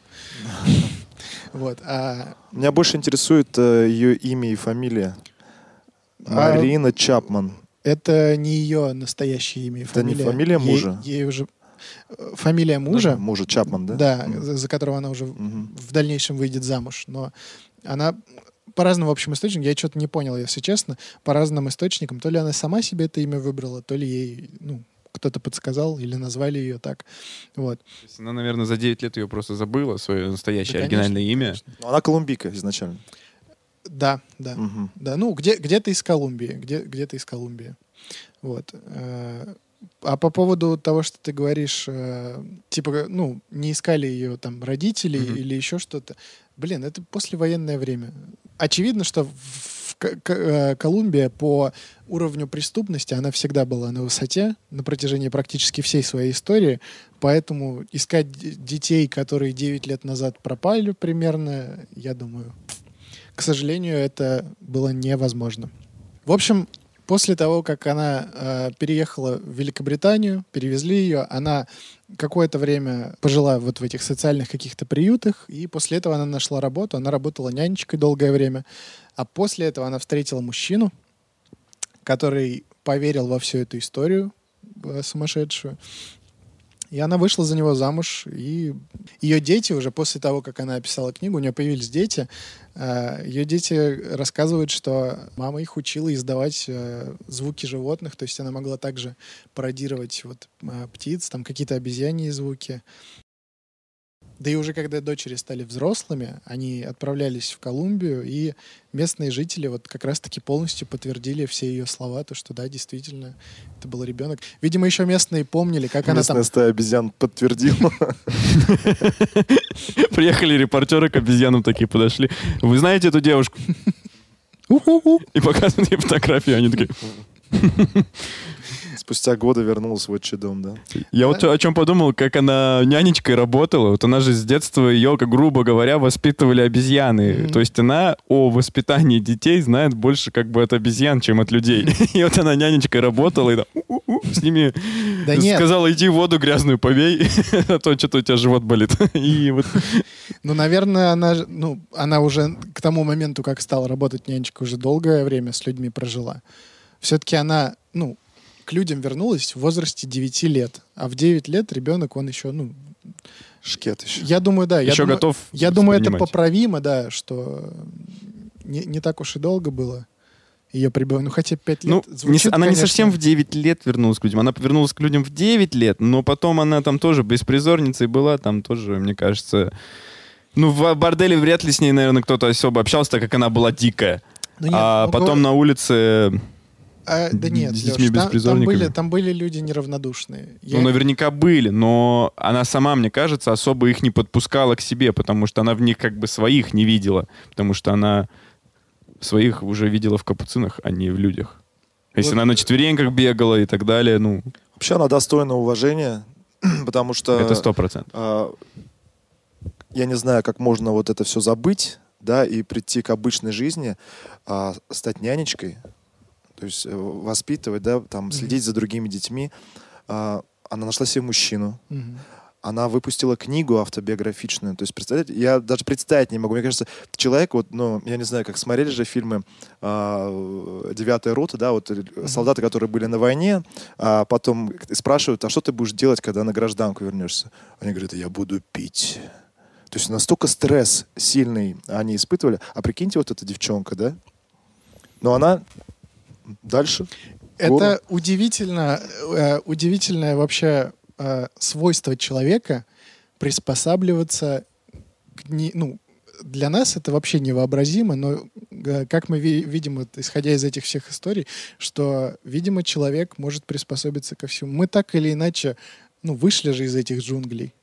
Вот. А Меня больше интересует э, ее имя и фамилия. А- Марина Чапман. это не ее настоящее имя и Это не фамилия. фамилия Ей- мужа? Ей уже... э, Фамилия мужа, Мужа Чапман, да? да, М. за, за которого она уже в- Мгм. в дальнейшем выйдет замуж. Но она по разным, в общем, источникам, я что-то не понял, если честно, по разным источникам, то ли она сама себе это имя выбрала, то ли ей, ну, кто-то подсказал или назвали ее так. Вот. То есть она, наверное, за девять лет ее просто забыла, свое настоящее Да, оригинальное конечно, имя. конечно. Ну, она колумбийка изначально. Да, да. Мгм. Да, ну, где, где-то из Колумбии. Где, где-то из Колумбии. Вот. Э, А по поводу того, что ты говоришь, э, типа, ну, не искали ее там родители Мгм. или еще что-то. Блин, это послевоенное время. Очевидно, что в К- К- э, Колумбия по уровню преступности, она всегда была на высоте на протяжении практически всей своей истории. Поэтому искать д- детей, которые девять лет назад пропали примерно, я думаю, к сожалению, это было невозможно. В общем, после того, как она э, переехала в Великобританию, перевезли ее, она какое-то время пожила вот в этих социальных каких-то приютах, и после этого она нашла работу, она работала нянечкой долгое время, а после этого она встретила мужчину, который поверил во всю эту историю э, сумасшедшую, и она вышла за него замуж, и ее дети уже после того, как она описала книгу, у нее появились дети, э, ее дети рассказывают, что мама их учила издавать э, звуки животных, то есть она могла также пародировать вот, э, птиц, там какие-то обезьяньи звуки. Да и уже когда дочери стали взрослыми, они отправлялись в Колумбию, и местные жители вот как раз-таки полностью подтвердили все ее слова, то, что да, действительно, это был ребенок. Видимо, еще местные помнили, как она Местная там... стая обезьян подтвердила. Приехали репортеры к обезьянам такие подошли. Вы знаете эту девушку? И показывают ей фотографию, они такие... Спустя годы вернула свой чудом, да. Я вот о чем подумал, как она нянечкой работала. Вот она же с детства ее, как грубо говоря, воспитывали обезьяны. Мгм. То есть она о воспитании детей знает больше как бы от обезьян, чем от людей. И вот она нянечкой работала и там, у-у-у, с ними Да нет, сказала, иди воду грязную побей, а то что-то у тебя живот болит. И вот ну, наверное, она, ж- ну, она уже к тому моменту, как стала работать нянечкой, уже долгое время с людьми прожила. Все-таки она, ну, к людям вернулась в возрасте девяти лет. А в девять лет ребенок, он еще, ну, Шкет еще. я думаю, да. я еще думаю, готов Я думаю, это воспринимать. поправимо, да, что не, не так уж и долго было ее пребывание. Ну, хотя пять лет Ну, не с- звучит, она не конечно. совсем в девять лет вернулась к людям. Она вернулась к людям в девять лет, но потом она там тоже беспризорницей была, там тоже, мне кажется... Ну, в борделе вряд ли с ней, наверное, кто-то особо общался, так как она была дикая. Ну, нет, а ну, потом говорю- на улице, А, да нет, с Лёш, детьми там- там, беспризорниками. были, там были люди неравнодушные. Я- ну, наверняка были, но она сама, мне кажется, особо их не подпускала к себе, потому что она в них как бы своих не видела, потому что она своих уже видела в капуцинах, а не в людях. Если Вот. она на четвереньках бегала и так далее, ну, Вообще она достойна уважения, потому что... это сто процентов. а, я не знаю, как можно вот это все забыть, да, и прийти к обычной жизни, а, стать нянечкой, то есть э, воспитывать, да, там, Мгм. следить за другими детьми. А, она нашла себе мужчину, Мгм. она выпустила книгу автобиографичную. То есть, представляете, я даже представить не могу. Мне кажется, человек, вот, ну, я не знаю, как смотрели же фильмы а, «Девятая рота», да, вот э, солдаты, которые были на войне, а потом спрашивают, а что ты будешь делать, когда на гражданку вернешься? Они говорят, я буду пить. То есть настолько стресс сильный они испытывали. А прикиньте, вот эта девчонка, да? Но она дальше. Это удивительно, э, удивительное вообще э, свойство человека приспосабливаться к не- ну, для нас это вообще невообразимо, но э, как мы ви- видим, вот, исходя из этих всех историй, что, видимо, человек может приспособиться ко всему. Мы так или иначе, ну, вышли же из этих джунглей.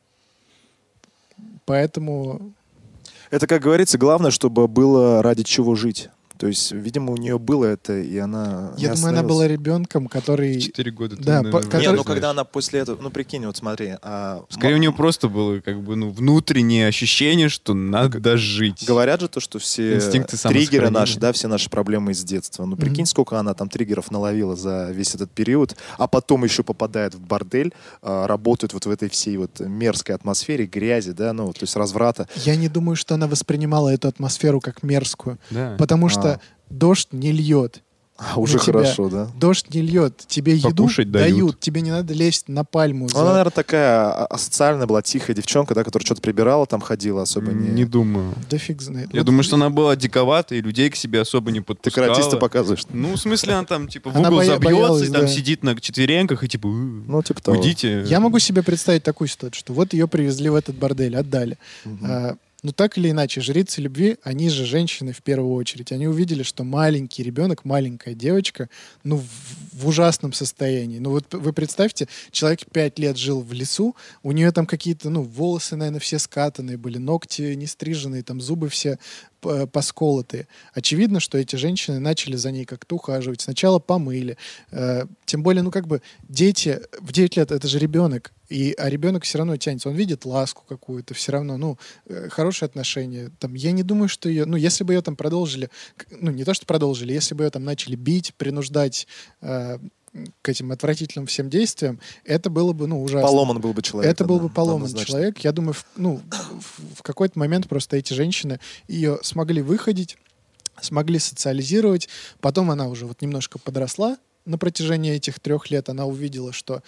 Поэтому... Это, как говорится, главное, чтобы было ради чего жить. То есть, видимо, у нее было это, и она... Я думаю, она была ребенком, который... Четыре года. Да, ты, по- наверное, который- Не, ну знаешь. когда она после этого... Ну, прикинь, вот смотри. а, Скорее, м- у нее просто было как бы ну, внутреннее ощущение, что надо жить. Говорят же то, что все Инстинкты триггеры самосохранения. наши, да, все наши проблемы из детства. Ну, прикинь, Мгм. сколько она там триггеров наловила за весь этот период, а потом еще попадает в бордель, а, работает вот в этой всей вот мерзкой атмосфере, грязи, да, ну, то есть разврата. Я не думаю, что она воспринимала эту атмосферу как мерзкую, Да. потому что А. дождь не льет. А, уже На тебя. хорошо, да? Дождь не льет, тебе еду Покушать дают. дают. тебе не надо лезть на пальму. за- Она, наверное, такая а- асоциальная была, тихая девчонка, да, которая что-то прибирала, там ходила, особо не... Не думаю. Да фиг знает. Я Вот думаю, что она была диковата и людей к себе особо не Ты подпускала. каратиста показываешь. Ну, в смысле, она там типа в Она угол боя- забьется боялась, и там да. сидит на четвереньках и типа «Э, Ну, типа того. уйдите. Я могу себе представить такую ситуацию, что вот ее привезли в этот бордель, отдали. Мгм. А, ну, так или иначе, жрицы любви, они же женщины в первую очередь. Они увидели, что маленький ребенок, маленькая девочка, ну, в, в ужасном состоянии. Ну, вот вы представьте, человек пять лет жил в лесу, у нее там какие-то, ну, волосы, наверное, все скатанные были, ногти не стриженные, там зубы все п- посколотые. Очевидно, что эти женщины начали за ней как-то ухаживать. Сначала помыли. Э, тем более, ну, как бы, дети в девять лет, это же ребенок. И, а ребенок все равно тянется. Он видит ласку какую-то, все равно, ну, э, хорошие отношения. Там, я не думаю, что ее... Ну, если бы ее там продолжили... к- Ну, не то, что продолжили, если бы ее там начали бить, принуждать э, к этим отвратительным всем действиям, это было бы, ну, ужасно. Поломан был бы человек. Это был бы да, поломан однозначно. человек. Я думаю, в, ну, в, в какой-то момент просто эти женщины ее смогли выходить, смогли социализировать. Потом она уже вот немножко подросла на протяжении этих трех лет. Она увидела, что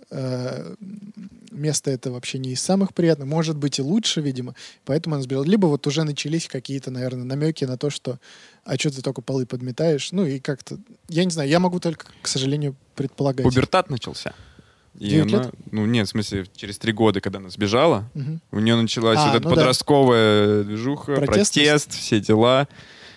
э, место это вообще не из самых приятных. Может быть и лучше, видимо. Поэтому она сбежала. Либо вот уже начались какие-то, наверное, намеки на то, что а что ты только полы подметаешь? Ну и как-то... Я не знаю, я могу только, к сожалению, предполагать. Пубертат начался. И Девять она, лет? ну нет, в смысле, через три года, когда она сбежала, Мгм. у нее началась А, вот эта ну да. подростковая движуха, Протестность? протест, все дела.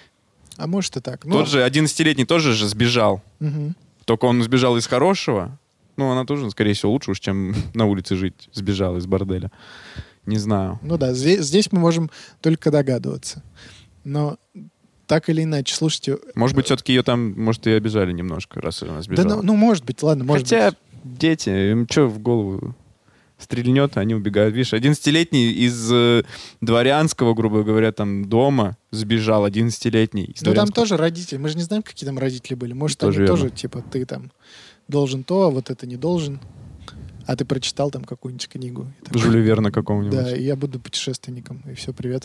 А может и так. Ну, Тот же одиннадцатилетний тоже же сбежал. мгм. Только он сбежал из хорошего. Ну, она тоже, скорее всего, лучше уж, чем на улице жить. Сбежала из борделя. Не знаю. Ну да, здесь, здесь мы можем только догадываться. Но так или иначе, слушайте... Может быть, все-таки ее там, может, и обижали немножко, раз она Да, сбежала. ну, ну, может быть, ладно, может Хотя быть. дети, им что в голову стрельнет, они убегают. Видишь, одиннадцатилетний из э, дворянского, грубо говоря, там дома сбежал, одиннадцатилетний из Ну там дворянского. тоже родители. Мы же не знаем, какие там родители были. Может, Тоже они верно. тоже, типа, ты там должен то, а вот это не должен. А ты прочитал там какую-нибудь книгу. И такой, Жюля Верна какого-нибудь. да, и я буду путешественником. И все, привет.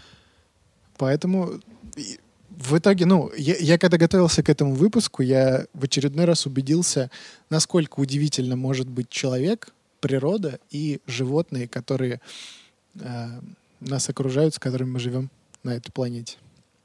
Поэтому и в итоге, ну, я, я когда готовился к этому выпуску, я в очередной раз убедился, насколько удивительно может быть человек, природа и животные, которые э, нас окружают, с которыми мы живем на этой планете.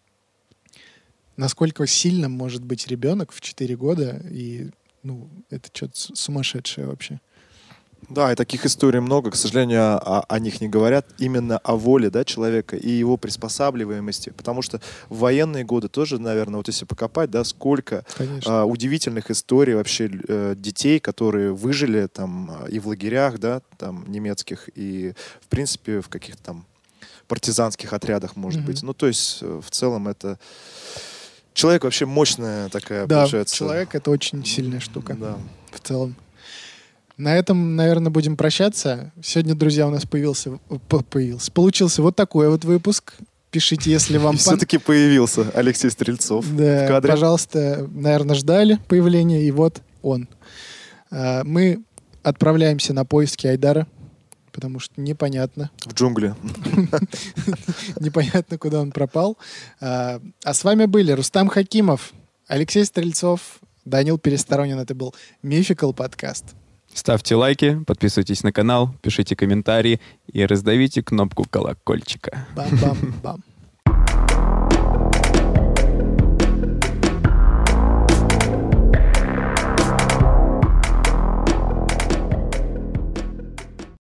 Насколько сильным может быть ребенок в четыре года, и ну, это что-то с- сумасшедшее вообще. Да, и таких историй много. К сожалению, о, о них не говорят. Именно о воле, да, человека и его приспосабливаемости. Потому что в военные годы тоже, наверное, вот если покопать, да, сколько Конечно. а, удивительных историй вообще э, детей, которые выжили там а, и в лагерях, да, там немецких, и в принципе в каких-то там партизанских отрядах, может Мгм. быть. Ну, то есть э, в целом это человек вообще мощная такая, Да, получается. человек — это очень сильная штука Да. в целом. На этом, наверное, будем прощаться. Сегодня, друзья, у нас появился, п- появился, получился вот такой вот выпуск. Пишите, если вам пон- Все-таки появился Алексей Стрельцов Да, в кадре. пожалуйста, наверное, ждали появления, и вот он. А, Мы отправляемся на поиски Айдара, потому что непонятно, В джунгли. непонятно, куда он пропал. А а с вами были Рустам Хакимов, Алексей Стрельцов, Данил Пересторонин. Это был Мификал подкаст. Ставьте лайки, подписывайтесь на канал, пишите комментарии и раздавите кнопку колокольчика. Бам-бам-бам.